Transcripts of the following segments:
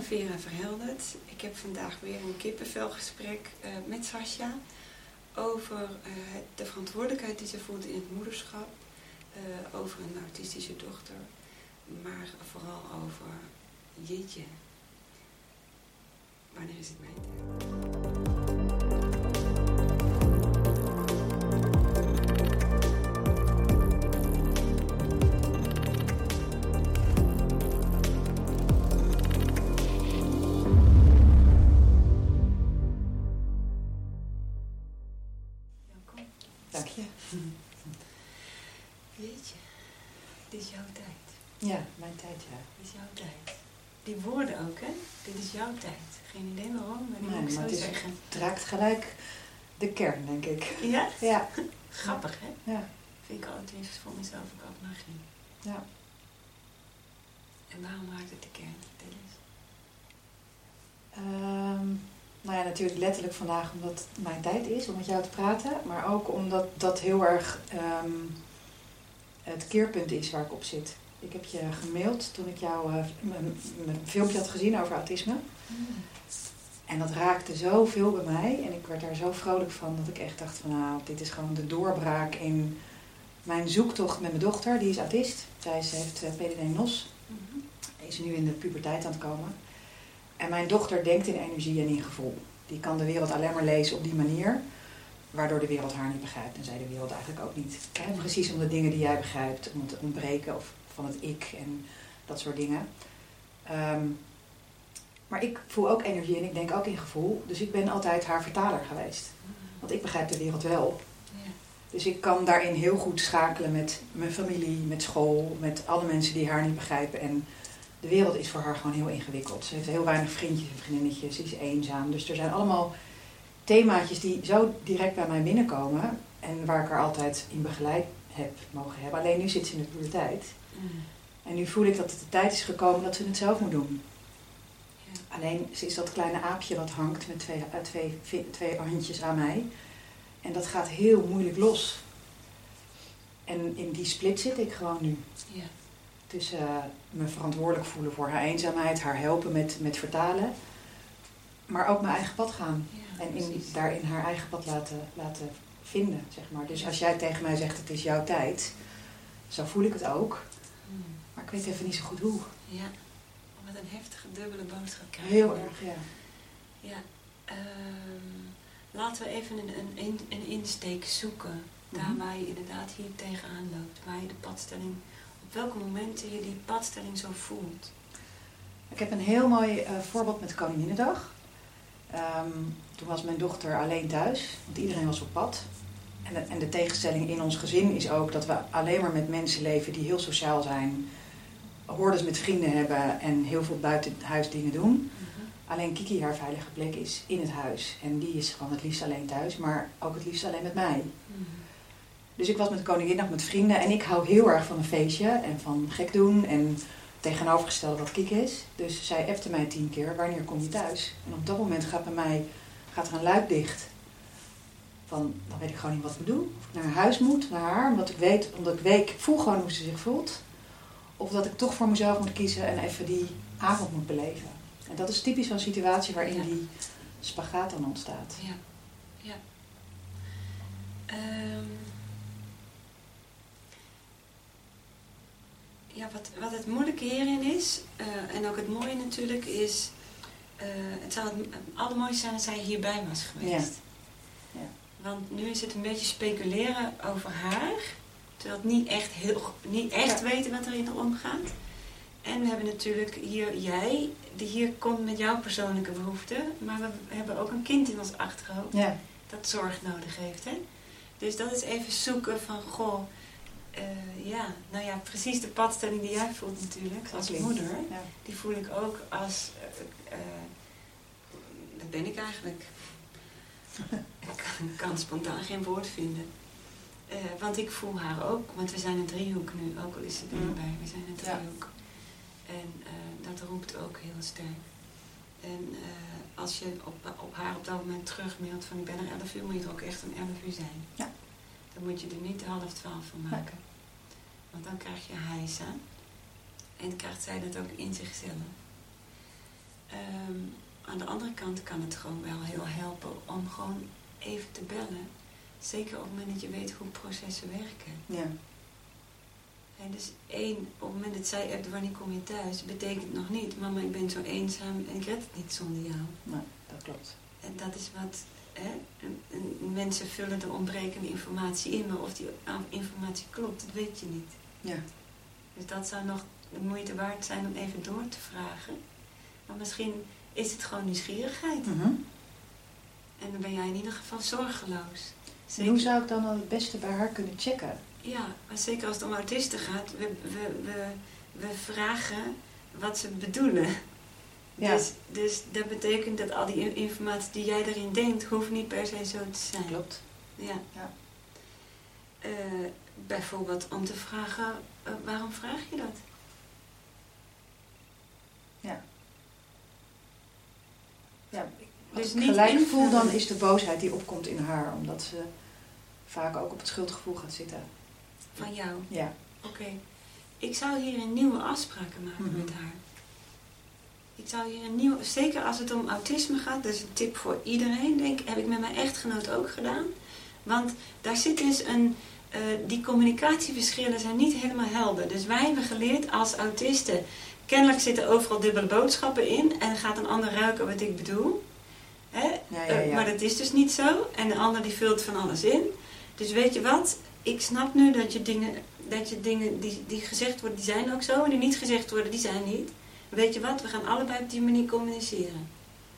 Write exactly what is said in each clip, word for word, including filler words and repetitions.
Vera Verheldert. Ik heb vandaag weer een kippenvelgesprek uh, met Sascha over uh, de verantwoordelijkheid die ze voelt in het moederschap, uh, over een autistische dochter, maar vooral over jeetje, wanneer is het mijn tijd? Dank je. Weet je, dit is jouw tijd. Ja, mijn tijd, ja. Dit is jouw tijd. Die woorden ook, hè? Dit is jouw tijd. Geen idee waarom, maar die Nee, moet ik maar zo het is, zeggen. Het raakt gelijk de kern, denk ik. Ja? Ja. Grappig, hè? Ja. Vind ik altijd voor mezelf ook altijd magie. Ja. En waarom raakt het de kern? Vertel eens. Um, nou ja, natuurlijk letterlijk vandaag omdat het mijn tijd is om met jou te praten. Maar ook omdat dat heel erg um, het keerpunt is waar ik op zit. Ik heb je gemaild toen ik jou uh, een filmpje had gezien over autisme. Mm. En dat raakte zoveel bij mij. En ik werd daar zo vrolijk van dat ik echt dacht van nou, dit is gewoon de doorbraak in mijn zoektocht met mijn dochter. Die is autist. Zij is, heeft uh, P D D N O S. Mm-hmm. Is nu in de puberteit aan het komen. En mijn dochter denkt in energie en in gevoel. Die kan de wereld alleen maar lezen op die manier, waardoor de wereld haar niet begrijpt en zij de wereld eigenlijk ook niet. Hè? Precies om de dingen die jij begrijpt, om het ontbreken of van het ik en dat soort dingen. Um, maar ik voel ook energie en ik denk ook in gevoel, dus ik ben altijd haar vertaler geweest. Want ik begrijp de wereld wel. Ja. Dus ik kan daarin heel goed schakelen met mijn familie, met school, met alle mensen die haar niet begrijpen. En de wereld is voor haar gewoon heel ingewikkeld. Ze heeft heel weinig vriendjes en vriendinnetjes. Ze is eenzaam. Dus er zijn allemaal themaatjes die zo direct bij mij binnenkomen. En waar ik haar altijd in begeleid heb mogen hebben. Alleen nu zit ze in de puberteit. Mm. En nu voel ik dat het de tijd is gekomen dat ze het zelf moet doen. Ja. Alleen ze is dat kleine aapje wat hangt met twee, uh, twee, twee handjes aan mij. En dat gaat heel moeilijk los. En in die split zit ik gewoon nu. Ja. Tussen uh, me verantwoordelijk voelen voor haar eenzaamheid, haar helpen met, met vertalen. Maar ook mijn eigen pad gaan. Ja, en in, daarin haar eigen pad laten, laten vinden, zeg maar. Dus als jij tegen mij zegt, het is jouw tijd, zo voel ik het ook. Hmm. Maar ik weet even niet zo goed hoe. Ja, met een heftige dubbele boodschap krijgen. Heel erg, ja. Ja, um, laten we even een, een, een insteek zoeken. Daar mm-hmm. waar je inderdaad hier tegenaan loopt. Waar je de padstelling... Op welke momenten je die padstelling zo voelt? Ik heb een heel mooi uh, voorbeeld met Koninginnedag. Um, toen was mijn dochter alleen thuis, want iedereen was op pad. En de, en de tegenstelling in ons gezin is ook dat we alleen maar met mensen leven die heel sociaal zijn. Hordes met vrienden hebben en heel veel buitenhuisdingen doen. Mm-hmm. Alleen Kiki haar veilige plek is in het huis. En die is gewoon het liefst alleen thuis, maar ook het liefst alleen met mij. Mm-hmm. Dus ik was met Koninginnedag met vrienden en ik hou heel erg van een feestje en van gek doen en tegenovergestelde wat Kiek is. Dus zij appte mij tien keer, wanneer kom je thuis? En op dat moment gaat bij mij gaat er een luik dicht. Van, dan weet ik gewoon niet wat ik moet doen. Of ik naar huis moet, naar haar, omdat ik weet, omdat ik weet, ik voel gewoon hoe ze zich voelt. Of dat ik toch voor mezelf moet kiezen en even die avond moet beleven. En dat is typisch zo'n situatie waarin ja. die spagaat dan ontstaat. Ja, ja. Um... Ja, wat, wat het moeilijke hierin is, uh, en ook het mooie natuurlijk, is... Uh, het zou het allermooiste zijn als zij hierbij was geweest. Ja. Ja. Want nu is het een beetje speculeren over haar, terwijl het niet echt, heel, niet echt ja. weten wat er in haar omgaat. En we hebben natuurlijk hier jij, die hier komt met jouw persoonlijke behoeften, maar we hebben ook een kind in ons achterhoofd ja. dat zorg nodig heeft. Hè? Dus dat is even zoeken van, goh... Uh, ja, nou ja, precies de padstelling die jij voelt natuurlijk, als moeder, ja. die voel ik ook als, uh, uh, dat ben ik eigenlijk. ik kan, kan spontaan geen woord vinden. Uh, want ik voel haar ook, want we zijn een driehoek nu, ook al is ze er niet bij, we zijn een driehoek. Ja. En uh, dat roept ook heel sterk. En uh, als je op, op haar op dat moment terugmailt van ik ben er elf uur, moet je er ook echt om elf uur zijn. Ja. Dan moet je er niet half twaalf van maken. Ja. Want dan krijg je hijsa. En krijgt zij dat ook in zichzelf. Um, aan de andere kant kan het gewoon wel heel helpen om gewoon even te bellen. Zeker op het moment dat je weet hoe processen werken. Ja. En dus één, op het moment dat zij appt wanneer kom je thuis, betekent nog niet, mama ik ben zo eenzaam en ik red het niet zonder jou. Nee, dat klopt. En dat is wat, hè, en, en mensen vullen de ontbrekende informatie in, maar of die informatie klopt, dat weet je niet. Ja. Dus dat zou nog de moeite waard zijn om even door te vragen. Maar misschien is het gewoon nieuwsgierigheid. Mm-hmm. En dan ben jij in ieder geval zorgeloos. Zeker. Hoe zou ik dan al het beste bij haar kunnen checken? Ja, maar zeker als het om autisten gaat, we, we, we, we vragen wat ze bedoelen. Ja. Dus, dus dat betekent dat al die informatie die jij erin denkt, hoeft niet per se zo te zijn. Klopt. Ja. Ja. Uh, bijvoorbeeld om te vragen, uh, waarom vraag je dat? Ja. Ja, als dus ik gelijk voel, dan is de boosheid die opkomt in haar, omdat ze vaak ook op het schuldgevoel gaat zitten. Van jou? Ja. Oké. Okay. Ik zou hier een nieuwe afspraken maken mm-hmm. met haar. Ik zou hier een nieuwe, zeker als het om autisme gaat, dat is een tip voor iedereen, denk ik, heb ik met mijn echtgenoot ook gedaan. Want daar zit dus een, uh, die communicatieverschillen zijn niet helemaal helder. Dus wij hebben geleerd als autisten, kennelijk zitten overal dubbele boodschappen in en gaat een ander ruiken wat ik bedoel. Hè? Ja, ja, ja. Uh, maar dat is dus niet zo. En de ander die vult van alles in. Dus weet je wat, ik snap nu dat je dingen, dat je dingen die, die gezegd worden, die zijn ook zo. En die niet gezegd worden, die zijn niet. Weet je wat, we gaan allebei op die manier communiceren.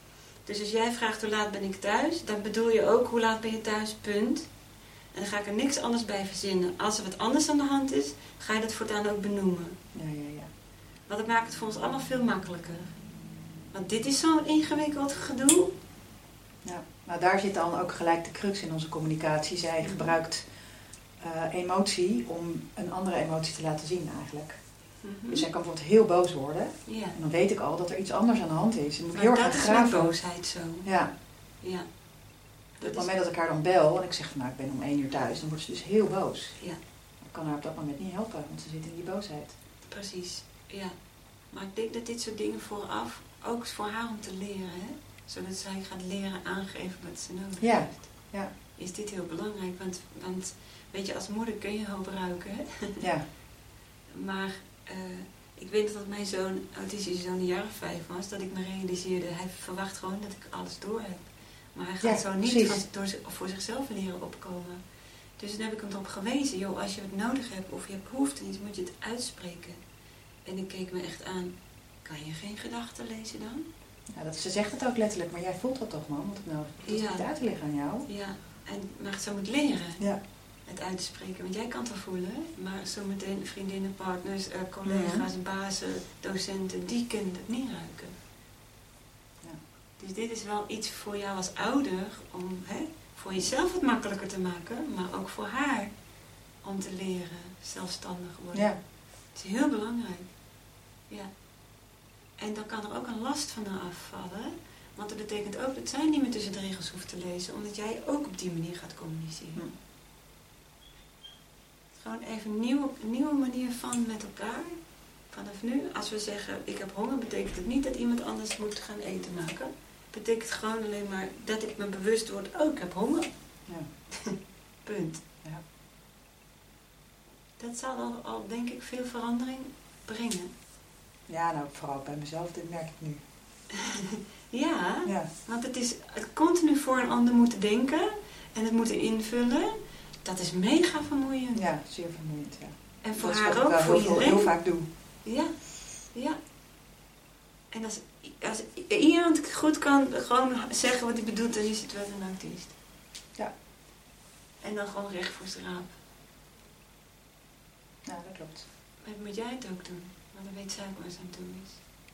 Dus als jij vraagt hoe laat ben ik thuis, dan bedoel je ook hoe laat ben je thuis, punt. En dan ga ik er niks anders bij verzinnen. Als er wat anders aan de hand is, ga je dat voortaan ook benoemen. Ja, ja, ja. Want dat maakt het voor ons allemaal veel makkelijker. Want dit is zo'n ingewikkeld gedoe. Ja, maar daar zit dan ook gelijk de crux in onze communicatie. Zij mm-hmm. gebruikt uh, emotie om een andere emotie te laten zien eigenlijk. Mm-hmm. Dus zij kan bijvoorbeeld heel boos worden. Ja. En dan weet ik al dat er iets anders aan de hand is. En moet maar heel dat erg is graven. met boosheid zo. Ja. Ja. Op het moment dat ik haar dan bel en ik zeg van nou ik ben om één uur thuis, dan wordt ze dus heel boos. Ja. Ik kan haar op dat moment niet helpen, want ze zit in die boosheid. Precies, ja. Maar ik denk dat dit soort dingen vooraf ook is voor haar om te leren, hè? Zodat zij gaat leren aangeven wat ze nodig ja. heeft. Ja. Is dit heel belangrijk, want, want weet je, als moeder kun je hulp ruiken, hè? Ja. Maar uh, ik weet dat mijn zoon, autistische zoon, een jaar of vijf was, dat ik me realiseerde, hij verwacht gewoon dat ik alles door heb. Maar hij gaat ja, zo niet van, door, voor zichzelf leren opkomen. Dus dan heb ik hem erop gewezen, joh, als je het nodig hebt of je hebt behoefte aan iets, moet je het uitspreken. En ik keek me echt aan, kan je geen gedachten lezen dan? Ja, dat, ze zegt het ook letterlijk, maar jij voelt dat toch, man? Want het nou dat ja. niet uit te leggen aan jou. Ja, en, maar ze moet leren ja. het uit te spreken. Want jij kan het wel voelen, maar zometeen vriendinnen, partners, uh, collega's, ja. bazen, docenten, die kunnen het niet ruiken. Ja. Dus dit is wel iets voor jou als ouder, om hè, voor jezelf het makkelijker te maken, maar ook voor haar om te leren zelfstandig worden. Ja. Het is heel belangrijk. Ja. En dan kan er ook een last van haar afvallen. Want dat betekent ook dat zij niet meer tussen de regels hoeft te lezen. Omdat jij ook op die manier gaat communiceren. Hm. Gewoon even een nieuwe, een nieuwe manier van met elkaar. Vanaf nu, als we zeggen ik heb honger, betekent het niet dat iemand anders moet gaan eten maken. Het betekent gewoon alleen maar dat ik me bewust word, oh ik heb honger. Ja. Punt. Ja. Dat zal al, al denk ik veel verandering brengen. Ja, nou vooral bij mezelf, dit merk ik nu. ja, ja, want het is het continu voor een ander moeten denken en het moeten invullen. Dat is mega vermoeiend. Ja, zeer vermoeiend, ja. En voor dat haar ook, voor heel, iedereen. heel vaak doen. Ja, ja. En als, als iemand goed kan gewoon zeggen wat hij bedoelt, dan is het wel een autist. Ja. En dan gewoon recht voor zijn raap. Ja, dat klopt. Maar moet jij het ook doen? Want dan weet zij ook waar ze aan toe is.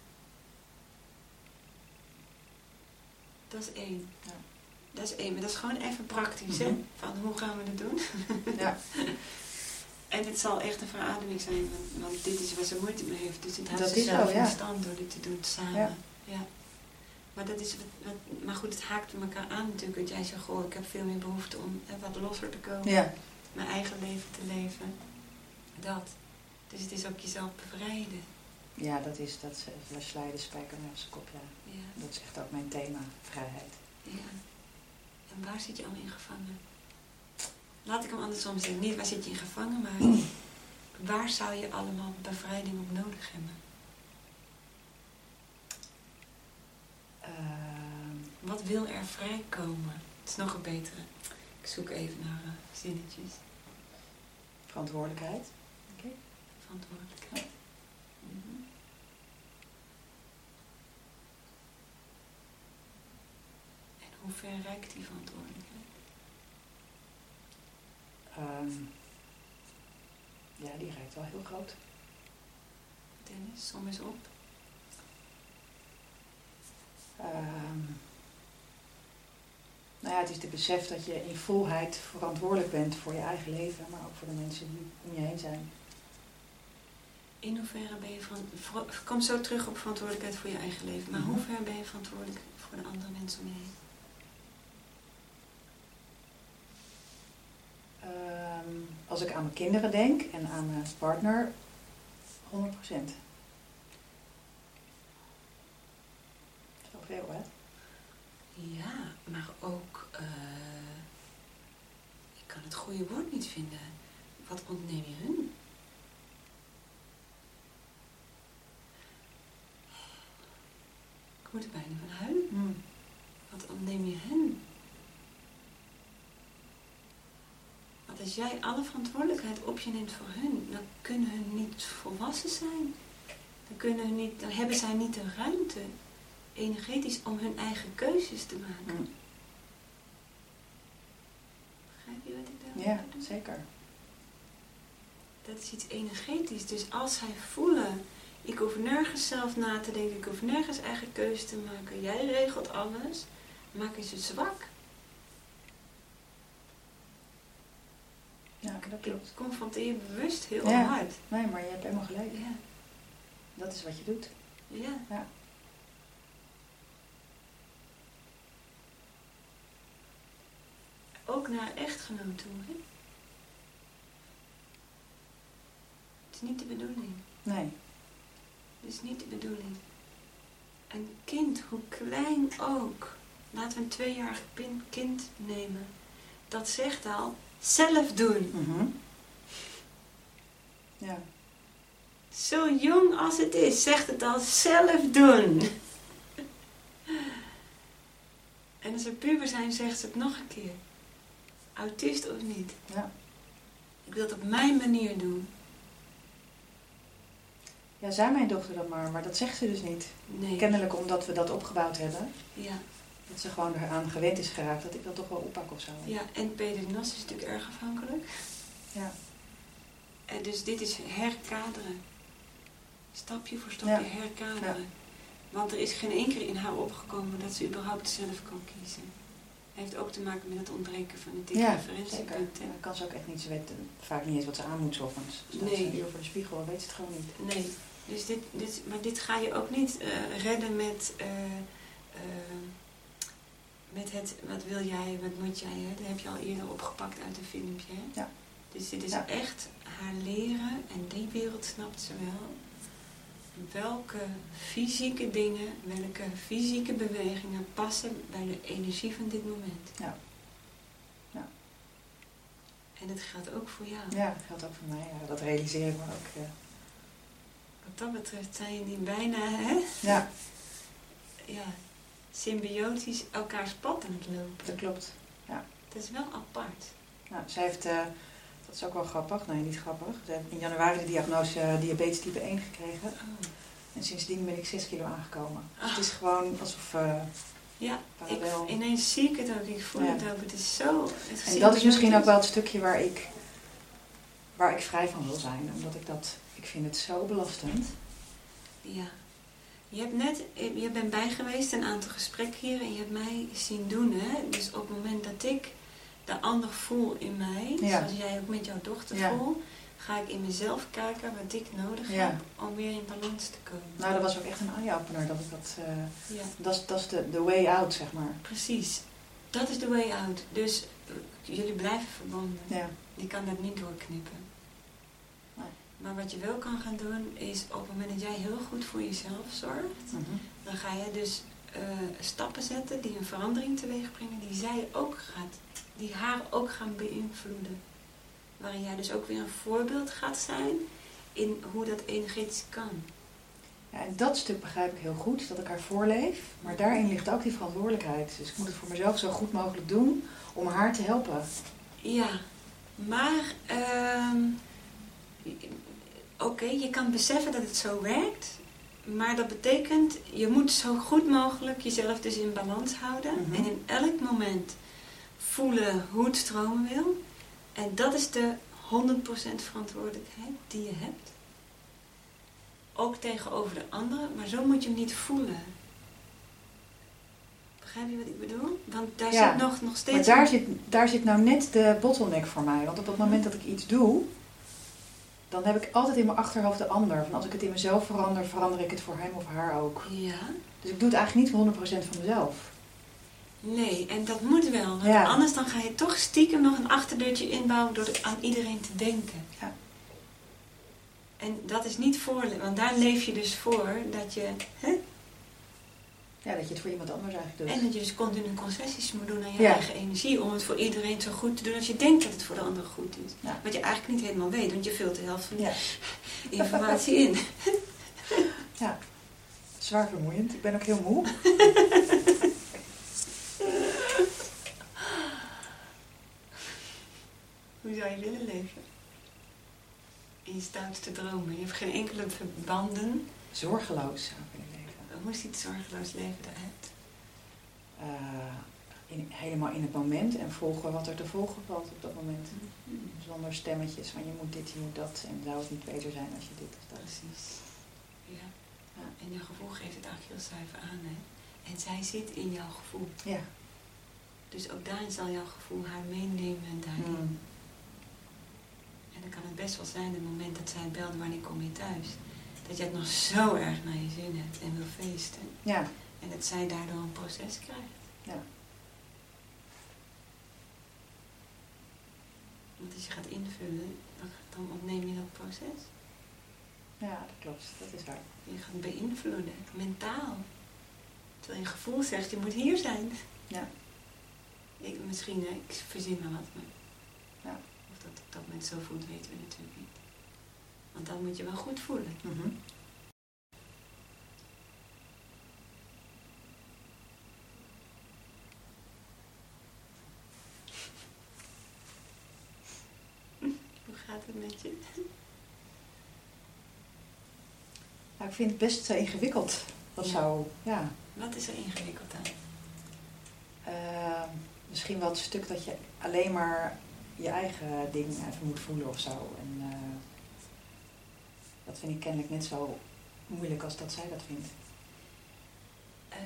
Dat is één. Ja. Dat is één, maar dat is gewoon even praktisch, mm-hmm. hè? Van hoe gaan we dat doen? Ja. En het zal echt een verademing zijn, want, want dit is waar ze moeite mee heeft. Dus het houdt dat ze zelf zo, ja. in stand door dit te doen samen. Ja. Ja. Maar, dat is wat, wat, maar goed, het haakt elkaar aan natuurlijk. Dat jij zegt, goh, ik heb veel meer behoefte om eh, wat losser te komen. Ja. Mijn eigen leven te leven. Dat. Dus het is ook jezelf bevrijden. Ja, dat is dat sla je de spijker mee op zijn kop, ja. Ja. Dat is echt ook mijn thema, vrijheid. Ja. En waar zit je allemaal in gevangen? Laat ik hem andersom zeggen. Niet waar zit je in gevangen, maar waar zou je allemaal bevrijding op nodig hebben? Uh, Wat wil er vrijkomen? Het is nog een betere. Ik zoek even naar uh, zinnetjes. Verantwoordelijkheid. Oké. Okay. Verantwoordelijkheid. Ja. Mm-hmm. En hoe ver reikt die verantwoordelijkheid? Um, ja, die reikt wel heel groot. Dennis, som eens op. Um, nou ja, het is het besef dat je in volheid verantwoordelijk bent voor je eigen leven, maar ook voor de mensen die om je heen zijn. In hoeverre ben je van... Kom zo terug op verantwoordelijkheid voor je eigen leven, maar Mm-hmm. hoe ver ben je verantwoordelijk voor de andere mensen om je heen? Um, als ik aan mijn kinderen denk en aan mijn partner, honderd procent. Zoveel, hè? Ja, maar ook... Uh, ik kan het goede woord niet vinden. Wat ontneem je hun? Ik moet er bijna van huilen. Mm. Wat ontneem je hen? Want als jij alle verantwoordelijkheid op je neemt voor hun, dan kunnen hun niet volwassen zijn. Dan, kunnen hun niet, dan hebben zij niet de ruimte, energetisch, om hun eigen keuzes te maken. Mm. Begrijp je wat ik daar Ja, doe? Zeker. Dat is iets energetisch. Dus als zij voelen, ik hoef nergens zelf na te denken, ik hoef nergens eigen keuzes te maken, jij regelt alles, maak je ze zwak. Ja, dat klopt. Ik confronteer je bewust heel ja. hard. Nee, maar je hebt helemaal gelijk. Ja. Dat is wat je doet. Ja. ja. Ook naar echtgenoot toe, hè? Het is niet de bedoeling. Nee. Het is niet de bedoeling. Een kind, hoe klein ook, laten we een tweejarig kind nemen, dat zegt al, zelf doen. Mm-hmm. Ja. Zo jong als het is, zegt het al, zelf doen. En als ze puber zijn, zegt ze het nog een keer. Autist of niet. Ja. Ik wil het op mijn manier doen. Ja, zei mijn dochter dat maar, maar dat zegt ze dus niet. Nee. Kennelijk omdat we dat opgebouwd hebben. Ja. Dat ze gewoon eraan gewend is geraakt, dat ik dat toch wel oppak of zo. Ja, en P D N A S is natuurlijk erg afhankelijk. Ja. En dus dit is herkaderen. Stapje voor stapje ja. herkaderen. Ja. Want er is geen één keer in haar opgekomen dat ze überhaupt zelf kan kiezen. Heeft ook te maken met het ontbreken van een dikke ja, referentiepunt. Ja, kan ze ook echt niet, ze weet vaak niet eens wat ze aan moet 's ochtends. Staat nee. ze een uur voor de spiegel, dan weet ze het gewoon niet. Nee, dus dit, dit, maar dit ga je ook niet uh, redden met, uh, uh, met het, wat wil jij, wat moet jij, hè? Dat heb je al eerder opgepakt uit een filmpje. Hè? Ja. Dus dit is ja. echt haar leren, en die wereld snapt ze wel, welke fysieke dingen, welke fysieke bewegingen passen bij de energie van dit moment. Ja. Ja. En dat geldt ook voor jou. Ja, dat geldt ook voor mij. Ja, dat realiseer ik me ook. Ja. Wat dat betreft zijn jullie bijna, hè? Ja. Ja, symbiotisch elkaars pad aan het lopen. Dat klopt. Ja. Dat is wel apart. Nou, zij heeft, uh, dat is ook wel grappig, nee niet grappig. Ze heeft in januari de diagnose uh, diabetes type één gekregen. Oh. En sindsdien ben ik zes kilo aangekomen. Dus het is gewoon alsof... Uh, ja, ik, ineens zie ik het ook, ik voel ja. het ook. Het is zo... Het en dat is misschien ook wel het stukje waar ik, waar ik vrij van wil zijn. Omdat ik dat... Ik vind het zo belastend. Ja. Je hebt net... Je bent bij geweest, een aantal gesprekken hier. En je hebt mij zien doen, hè. Dus op het moment dat ik de ander voel in mij... Ja. Zoals jij ook met jouw dochter ja. voelt... ga ik in mezelf kijken wat ik nodig ja. heb om weer in balans te komen. Nou, dat was ook echt een eye-opener dat ik dat... Uh, ja. Dat is, dat is de, de way out, zeg maar. Precies. Dat is de way out. Dus uh, jullie blijven verbonden. Ja. Die kan dat niet doorknippen. Nee. Maar Maar wat je wel kan gaan doen is op het moment dat jij heel goed voor jezelf zorgt, Mm-hmm. dan ga je dus uh, stappen zetten die een verandering teweeg brengen, die zij ook gaat, die haar ook gaan beïnvloeden. Waarin jij dus ook weer een voorbeeld gaat zijn in hoe dat energetisch kan. Ja, en dat stuk begrijp ik heel goed, dat ik haar voorleef. Maar daarin ligt ook die verantwoordelijkheid. Dus ik moet het voor mezelf zo goed mogelijk doen om haar te helpen. Ja, maar uh, oké, okay, je kan beseffen dat het zo werkt. Maar dat betekent, je moet zo goed mogelijk jezelf dus in balans houden. Mm-hmm. En in elk moment voelen hoe het stromen wil. En dat is de honderd procent verantwoordelijkheid die je hebt. Ook tegenover de anderen, maar zo moet je hem niet voelen. Begrijp je wat ik bedoel? Want daar ja, zit nog, nog steeds... Maar daar, een... zit, daar zit nou net de bottleneck voor mij. Want op het moment dat ik iets doe, dan heb ik altijd in mijn achterhoofd de ander. Van als ik het in mezelf verander, verander ik het voor hem of haar ook. Ja. Dus ik doe het eigenlijk niet voor honderd procent van mezelf. Nee, en dat moet wel. Want ja. anders dan ga je toch stiekem nog een achterdeurtje inbouwen door aan iedereen te denken. Ja. En dat is niet voor, want daar leef je dus voor dat je... Hè? Ja, dat je het voor iemand anders eigenlijk doet. En dat je dus continu concessies moet doen aan je ja. eigen energie. Om het voor iedereen zo goed te doen als je denkt dat het voor de ander goed is. Ja. Wat je eigenlijk niet helemaal weet, want je vult de helft van de ja. informatie in. Ja, zwaar vermoeiend. Ik ben ook heel moe. Hoe zou je willen leven? In je stoutste dromen. Je hebt geen enkele verbanden. Zorgeloos zou ik willen leven. Hoe ziet zorgeloos leven eruit? Uh, in, helemaal in het moment en volgen wat er te volgen valt op dat moment. Mm-hmm. Zonder stemmetjes van je moet dit, je moet dat. En zou het niet beter zijn als je dit of dat. Precies. Ja. Ja. En je gevoel geeft het eigenlijk heel zuiver aan. Hè? En zij zit in jouw gevoel. Ja. Dus ook daarin zal jouw gevoel haar meenemen daarin. Mm. En dan kan het best wel zijn, het moment dat zij belde, wanneer kom je thuis? Dat je het nog zo erg naar je zin hebt en wil feesten. Ja. En dat zij daardoor een proces krijgt. Ja. Want als je gaat invullen, dan, dan ontneem je dat proces. Ja, dat klopt. Dat is waar. Je gaat beïnvloeden, mentaal. Terwijl je gevoel zegt, je moet hier zijn. Ja. Ik, misschien, hè, ik verzin maar wat. Maar ja. Of dat op dat moment zo voelt, weten we natuurlijk niet. Want dan moet je wel goed voelen. Mm-hmm. Hoe gaat het met je? Nou, ik vind het best uh, ingewikkeld. Dat ja. zou, ja. Wat is er ingewikkeld aan? Uh, misschien wel het stuk dat je alleen maar je eigen ding even moet voelen of zo. En uh, dat vind ik kennelijk net zo moeilijk als dat zij dat vindt. Uh,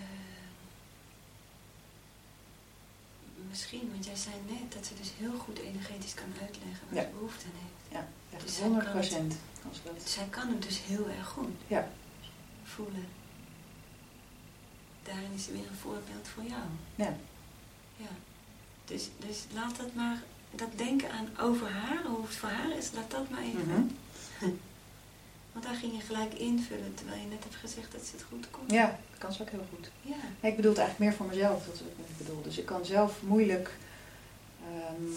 misschien, want jij zei net dat ze dus heel goed energetisch kan uitleggen waar ja. ze behoefte aan heeft. Ja, echt dus honderd procent. Het, zij kan het dus heel erg goed ja. voelen. Daarin is ze weer een voorbeeld voor jou. Ja. Ja. Dus, dus laat dat maar, dat denken aan over haar, hoe het voor haar is, laat dat maar even. Mm-hmm. Want daar ging je gelijk invullen, terwijl je net hebt gezegd dat ze het goed kon. Ja, dat kan ze ook heel goed. Ja. Ik bedoel het eigenlijk meer voor mezelf, dat is wat ik bedoel. Dus ik kan zelf moeilijk um,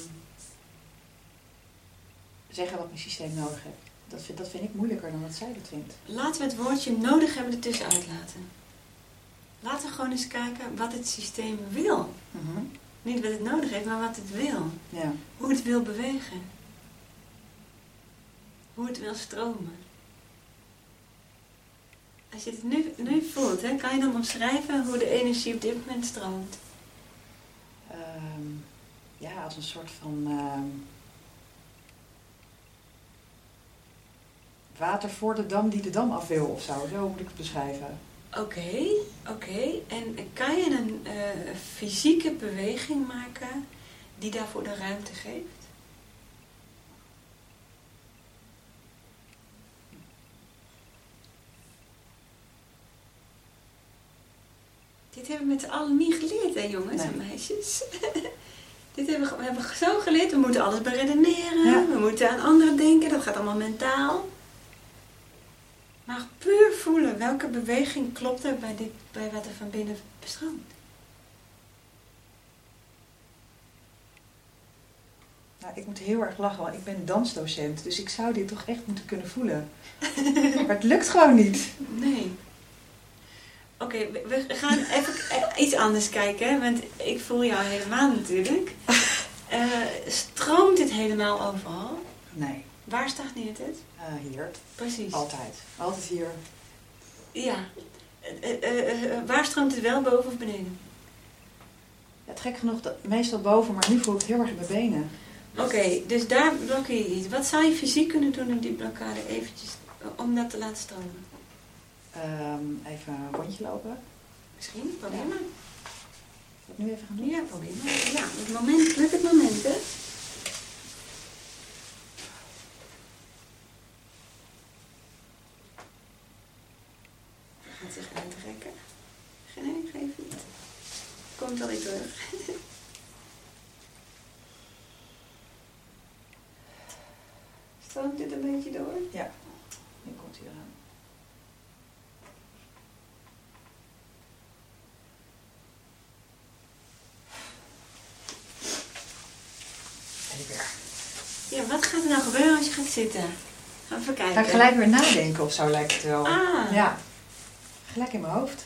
zeggen wat mijn systeem nodig heeft. Dat vind, dat vind ik moeilijker dan wat zij dat vindt. Laten we het woordje nodig hebben ertussen uitlaten. Laten we gewoon eens kijken wat het systeem wil. Mm-hmm. Niet wat het nodig heeft, maar wat het wil. Ja. Hoe het wil bewegen. Hoe het wil stromen. Als je het nu, nu voelt, hè, kan je dan omschrijven hoe de energie op dit moment stroomt? Um, ja, als een soort van um, water voor de dam die de dam af wil of zo. Zo moet ik het beschrijven. Oké, okay, oké. Okay. En kan je een uh, fysieke beweging maken die daarvoor de ruimte geeft? Dit hebben we met z'n allen niet geleerd, hè jongens nee. en meisjes. Dit hebben we, we hebben zo geleerd. We moeten alles beredeneren. Ja. We moeten aan anderen denken. Dat gaat allemaal mentaal. Maar puur voelen, welke beweging klopt er bij, dit, bij wat er van binnen bestroomt? Nou, ik moet heel erg lachen, want ik ben dansdocent, dus ik zou dit toch echt moeten kunnen voelen. Maar het lukt gewoon niet. Nee. Oké, okay, we gaan even iets anders kijken, hè? Want ik voel jou helemaal natuurlijk. Uh, stroomt dit helemaal overal? Nee. Waar stagneert het? Uh, hier. Precies. Altijd. Altijd hier. Ja. Uh, uh, uh, waar stroomt het wel, boven of beneden? Ja, gek genoeg, dat, meestal boven, maar nu voel ik het heel erg in mijn benen. Oké, okay, dus daar blokkeer je iets. Wat zou je fysiek kunnen doen om die blokkade eventjes, om dat te laten stromen? Um, even een rondje lopen. Misschien, probeer ja. maar. Wat nu even gaan doen? Ja, probeer maar. Ja, het moment, lukt het moment, hè? Hij gaat zich uitrekken. Nee, geef niet. Komt wel weer terug. Stroomt dit een beetje door? Ja, nu komt hij eraan. En weer. Ja, wat gaat er nou gebeuren als je gaat zitten? Gaan we even kijken. Ga ik gelijk weer nadenken of zo, lijkt het wel. Ah. Ja, gelijk in mijn hoofd.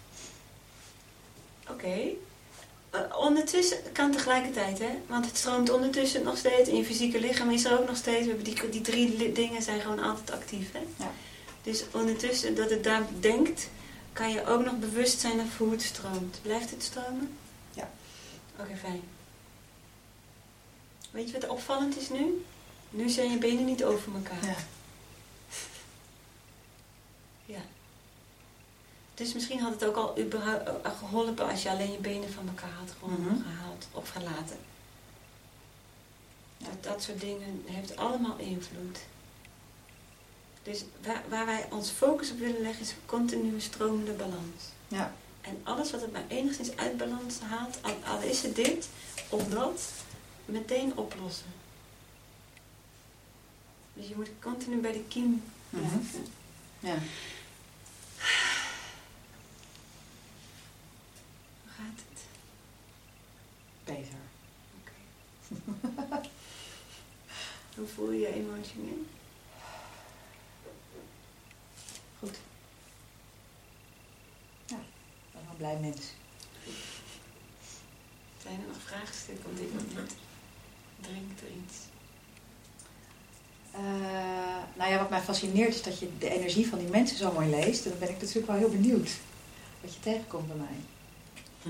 Oké. Okay. Uh, ondertussen kan tegelijkertijd, hè? Want het stroomt ondertussen nog steeds. In je fysieke lichaam is er ook nog steeds. We hebben die, die drie dingen zijn gewoon altijd actief, hè? Ja. Dus ondertussen dat het daar denkt, kan je ook nog bewust zijn of hoe het stroomt. Blijft het stromen? Ja. Oké, okay, fijn. Weet je wat opvallend is nu? Nu zijn je benen niet over elkaar. Ja. Ja. Dus misschien had het ook al geholpen als je alleen je benen van elkaar had gewoon mm-hmm. gehaald of gelaten. Ja. Dat, dat soort dingen heeft allemaal invloed. Dus waar, waar wij ons focus op willen leggen is een continue stromende balans. Ja. En alles wat het maar enigszins uit balans haalt, al, al is het dit of dat, meteen oplossen. Dus je moet continu bij de kiem blijven. Mm-hmm. Ja. Hoe gaat het? Beter. Oké. Okay. Hoe voel je je emotioneel? Goed. Ja, ik ben wel een blij mens. Zijn er nog vraagstukken op dit moment? Drinkt er iets? Uh, nou ja, wat mij fascineert is dat je de energie van die mensen zo mooi leest. En dan ben ik natuurlijk wel heel benieuwd wat je tegenkomt bij mij. Hm.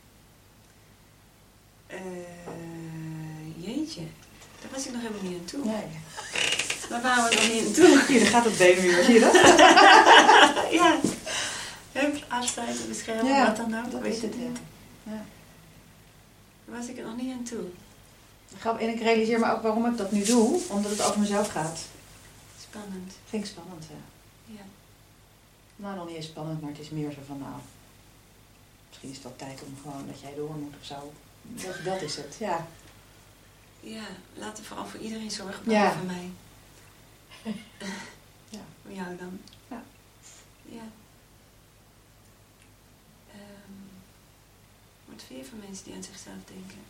Uh, jeetje, daar was ik nog helemaal niet aan toe. Nee. Daar waren we nog niet aan toe. Hier, daar gaat het been weer, zie je dat? Ja. Hup, afsluiten, beschermen, ja, wat dan ook. Dat weet is het het, niet. Ja. Ja. Daar was ik er nog niet aan toe. En ik realiseer me ook waarom ik dat nu doe, omdat het over mezelf gaat. Spannend. Vind ik spannend, ja. Ja. Nou, nog niet eens spannend, maar het is meer zo van, nou, misschien is het wel tijd om gewoon dat jij door moet of zo. Dat, dat is het, ja. Ja, laten we vooral voor iedereen zorgen, ja. voor mij. Ja. Voor jou dan. Ja. Ja. Um, wat vind je van mensen die aan zichzelf denken?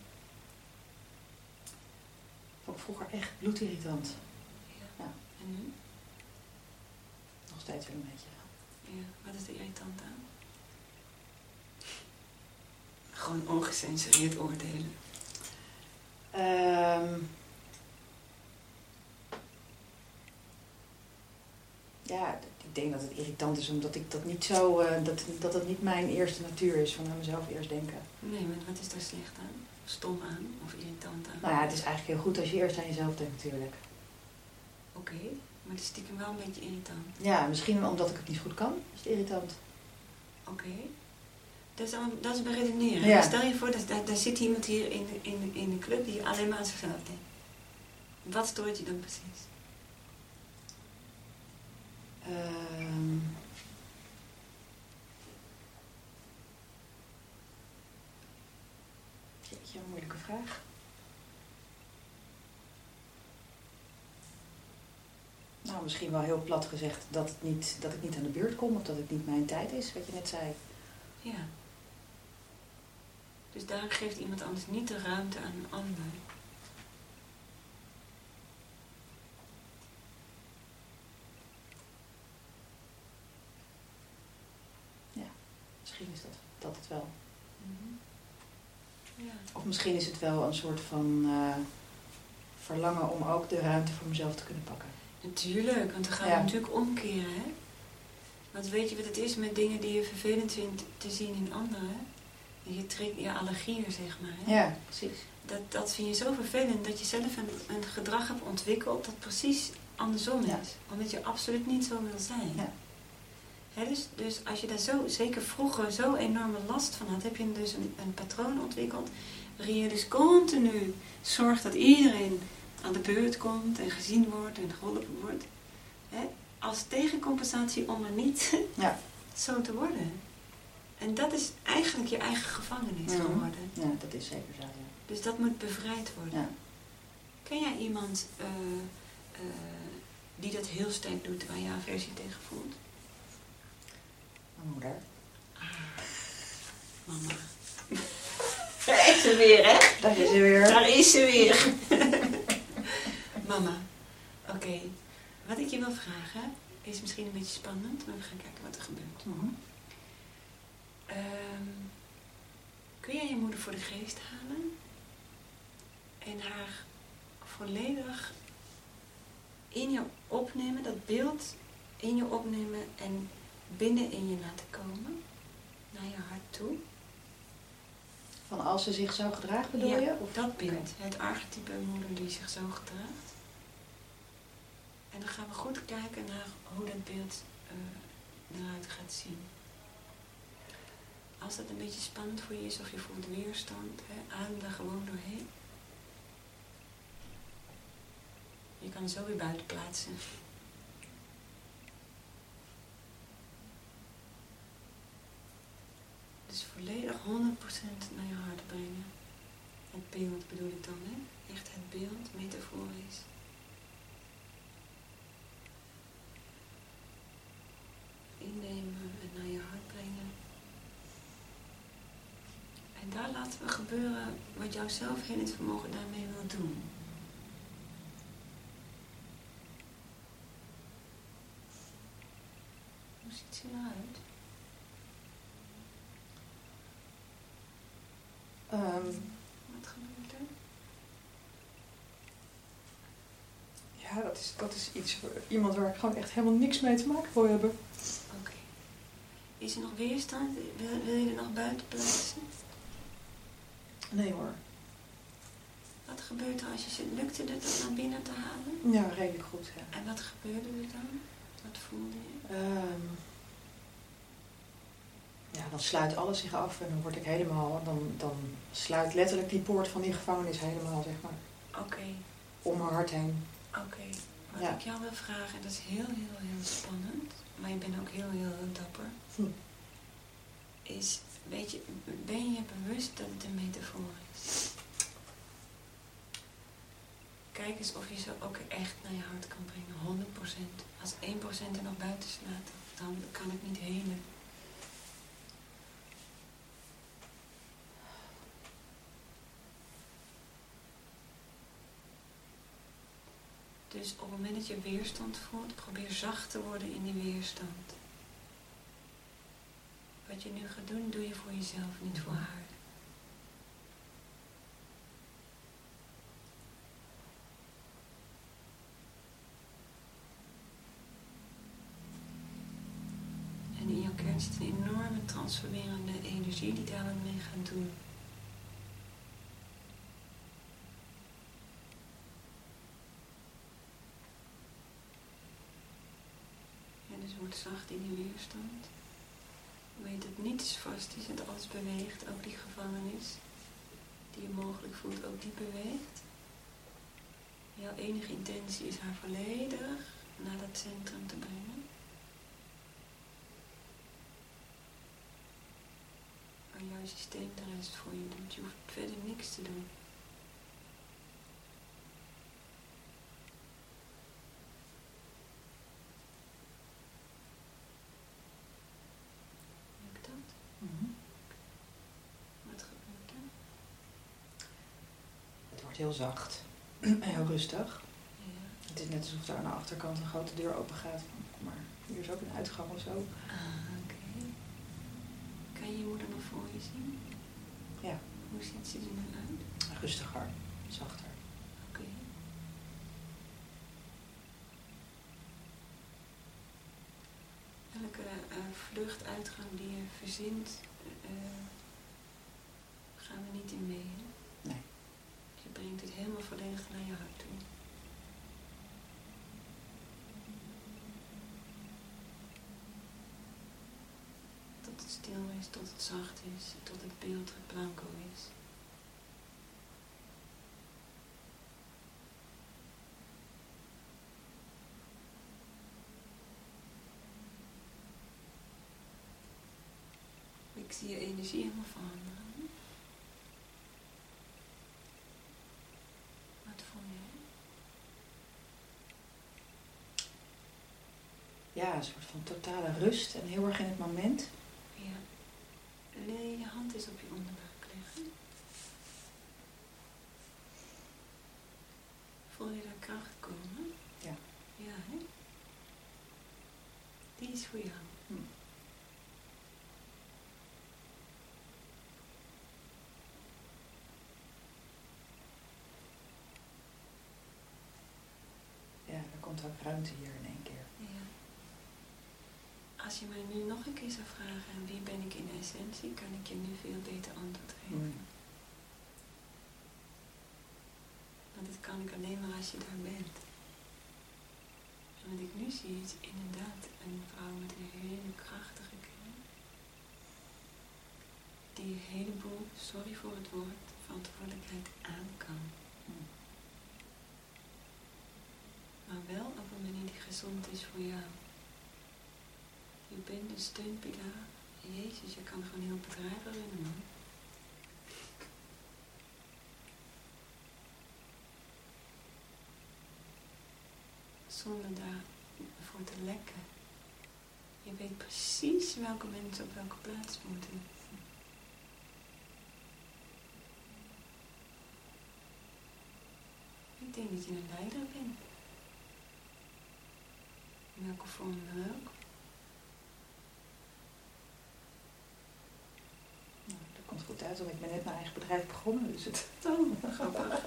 Vond ik vroeger echt bloedirritant. Ja. Ja. En nu? Nog steeds wel een beetje. Ja, wat is er irritant aan? Gewoon ongecensureerd oordelen. Um, ja, ik denk dat het irritant is omdat ik dat niet zo, uh, dat, dat het niet mijn eerste natuur is van aan mezelf eerst denken. Nee, maar wat is daar slecht aan? Stom aan of irritant aan? Nou ja, het is eigenlijk heel goed als je eerst aan jezelf denkt natuurlijk. Oké, okay, maar het is stiekem wel een beetje irritant. Ja, misschien omdat ik het niet goed kan, is het irritant. Oké. Okay. Dat is, dat is beredeneren. Ja. Stel je voor, dat daar, daar zit iemand hier in de, in, de, in de club die alleen maar aan zichzelf denkt. Wat stoort je dan precies? Um, jeetje, een moeilijke vraag. Nou, misschien wel heel plat gezegd dat, het niet, dat ik niet aan de beurt kom of dat het niet mijn tijd is, wat je net zei. Ja. Dus daar geeft iemand anders niet de ruimte aan een ander. Ja, misschien is dat, dat het wel. Mm-hmm. Ja. Of misschien is het wel een soort van uh, verlangen om ook de ruimte voor mezelf te kunnen pakken. Natuurlijk, want dan gaan we ja. natuurlijk omkeren, hè. Want weet je wat het is met dingen die je vervelend vindt te zien in anderen? Je trekt je allergieën, zeg maar. Hè? Ja, precies. Dat, dat vind je zo vervelend dat je zelf een, een gedrag hebt ontwikkeld dat precies andersom is. Ja. Omdat je absoluut niet zo wil zijn. Ja. Hè, dus, dus als je daar zo, zeker vroeger, zo enorme last van had, heb je dus een, een patroon ontwikkeld waarin je dus continu zorgt dat iedereen aan de beurt komt en gezien wordt en geholpen wordt. Hè? Als tegencompensatie om maar niet ja. zo te worden. En dat is eigenlijk je eigen gevangenis mm-hmm. geworden. Ja, dat is zeker zo. Ja. Dus dat moet bevrijd worden. Ja. Ken jij iemand uh, uh, die dat heel sterk doet, waar je aversie tegen voelt? Mijn moeder. Ah, mama. Daar is ze weer, hè? Daar is ze weer. Daar is ze weer. Mama. Oké. Okay. Wat ik je wil vragen, is misschien een beetje spannend, maar we gaan kijken wat er gebeurt. Mm-hmm. Um, kun jij je moeder voor de geest halen en haar volledig in je opnemen, dat beeld in je opnemen en binnen in je laten komen, naar je hart toe? Van als ze zich zo gedraagt, bedoel ja, je? Of? Dat beeld, okay. Het archetype moeder die zich zo gedraagt. En dan gaan we goed kijken naar hoe dat beeld uh, eruit gaat zien. Als het een beetje spannend voor je is of je voelt weerstand, hè, adem daar gewoon doorheen. Je kan het zo weer buiten plaatsen. Dus volledig honderd procent naar je hart brengen. Het beeld bedoel ik dan, hè? Echt het beeld, metaforisch. Innemen en naar je hart brengen. En daar laten we gebeuren wat jouw zelfhelend vermogen daarmee wil doen. Hoe ziet ze eruit? Um, wat gebeurt er? Ja, dat is, dat is iets voor iemand waar ik gewoon echt helemaal niks mee te maken wil hebben. Oké. Okay. Is er nog weerstand? Wil, wil je er nog buiten plaatsen? Nee hoor. Wat gebeurt er als je ze lukte er dat naar binnen te halen? Ja, redelijk goed. Ja. En wat gebeurde er dan? Wat voelde je? Um, ja, dan sluit alles zich af en dan word ik helemaal, dan, dan sluit letterlijk die poort van die gevangenis helemaal, zeg maar. Oké. Okay. Om mijn hart heen. Oké. Okay. Wat ja. ik jou wil vragen, en dat is heel, heel, heel spannend, maar je bent ook heel, heel, heel dapper, hm. is, weet je, ben je bewust dat het een metafoor is? Kijk eens of je ze ook echt naar je hart kan brengen, honderd procent. Als één procent er nog buiten slaat, dan kan ik niet helen. Dus op het moment dat je weerstand voelt, probeer zacht te worden in die weerstand. Wat je nu gaat doen, doe je voor jezelf, niet voor haar. En in jouw kern zit een enorme transformerende energie die daar wat mee gaat doen. Word zacht in die weerstand. Weet dat niets vast is en dat alles beweegt. Ook die gevangenis die je mogelijk voelt, ook die beweegt. Jouw enige intentie is haar volledig naar dat centrum te brengen. Waar jouw systeem de rest voor je doet. Je hoeft verder niks te doen. heel zacht en heel rustig. Ja. Het is net alsof er aan de achterkant een grote deur open gaat. Kom maar, hier is ook een uitgang of zo. Ah, oké. Okay. Kan je je moeder nog voor je zien? Ja. Hoe ziet ze er nu uit? Rustiger, zachter. Oké. Okay. Elke uh, vluchtuitgang die je verzint, uh, gaan we niet in mee, hè? Nee. Je brengt het helemaal volledig naar je hart toe. Tot het stil is, tot het zacht is, tot het beeld blanco is. Ik zie je energie helemaal veranderen. Wat voel jij? Ja, een soort van totale rust en heel erg in het moment. Ja. Nee, je hand is op je onderbuik liggen. Voel je daar kracht komen? Ja. Ja, hè? Die is voor jou. Hm. Ja, er komt ook ruimte hier in één keer. Ja. Als je mij nu nog een keer zou vragen, wie ben ik in essentie, kan ik je nu veel beter antwoord geven. Mm. Want dit kan ik alleen maar als je daar bent. En wat ik nu zie is inderdaad een vrouw met een hele krachtige kern. Die een heleboel, sorry voor het woord, verantwoordelijkheid aan kan. Mm. Maar wel op een manier die gezond is voor jou. Je bent een steunpilaar. Jezus, je kan gewoon heel bedrijf runnen, man. Zonder daarvoor te lekken. Je weet precies welke mensen op welke plaats moeten. Ik denk dat je een leider bent. In welke vorm dan ook. Nou, dat komt goed uit, want ik ben net mijn eigen bedrijf begonnen, dus het... Oh, grappig.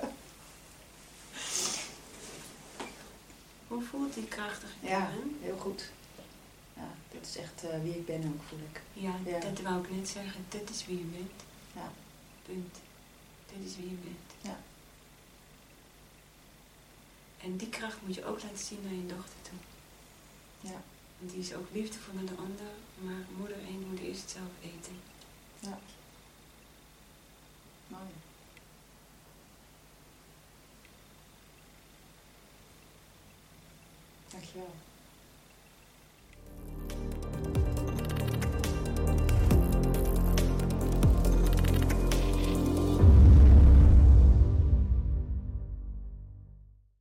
Hoe voelt die krachtige kern? Ja, heel goed. Ja, dit is echt uh, wie ik ben ook, voel ik. Ja, Ja, dat wou ik net zeggen. Dit is wie je bent. Ja. Punt. Dit is wie je bent. Ja. En die kracht moet je ook laten zien naar je dochter toe. Ja. Want die is ook liefdevol naar de ander, maar moeder één moet eerst zelf eten. Ja. Mooi. Dankjewel.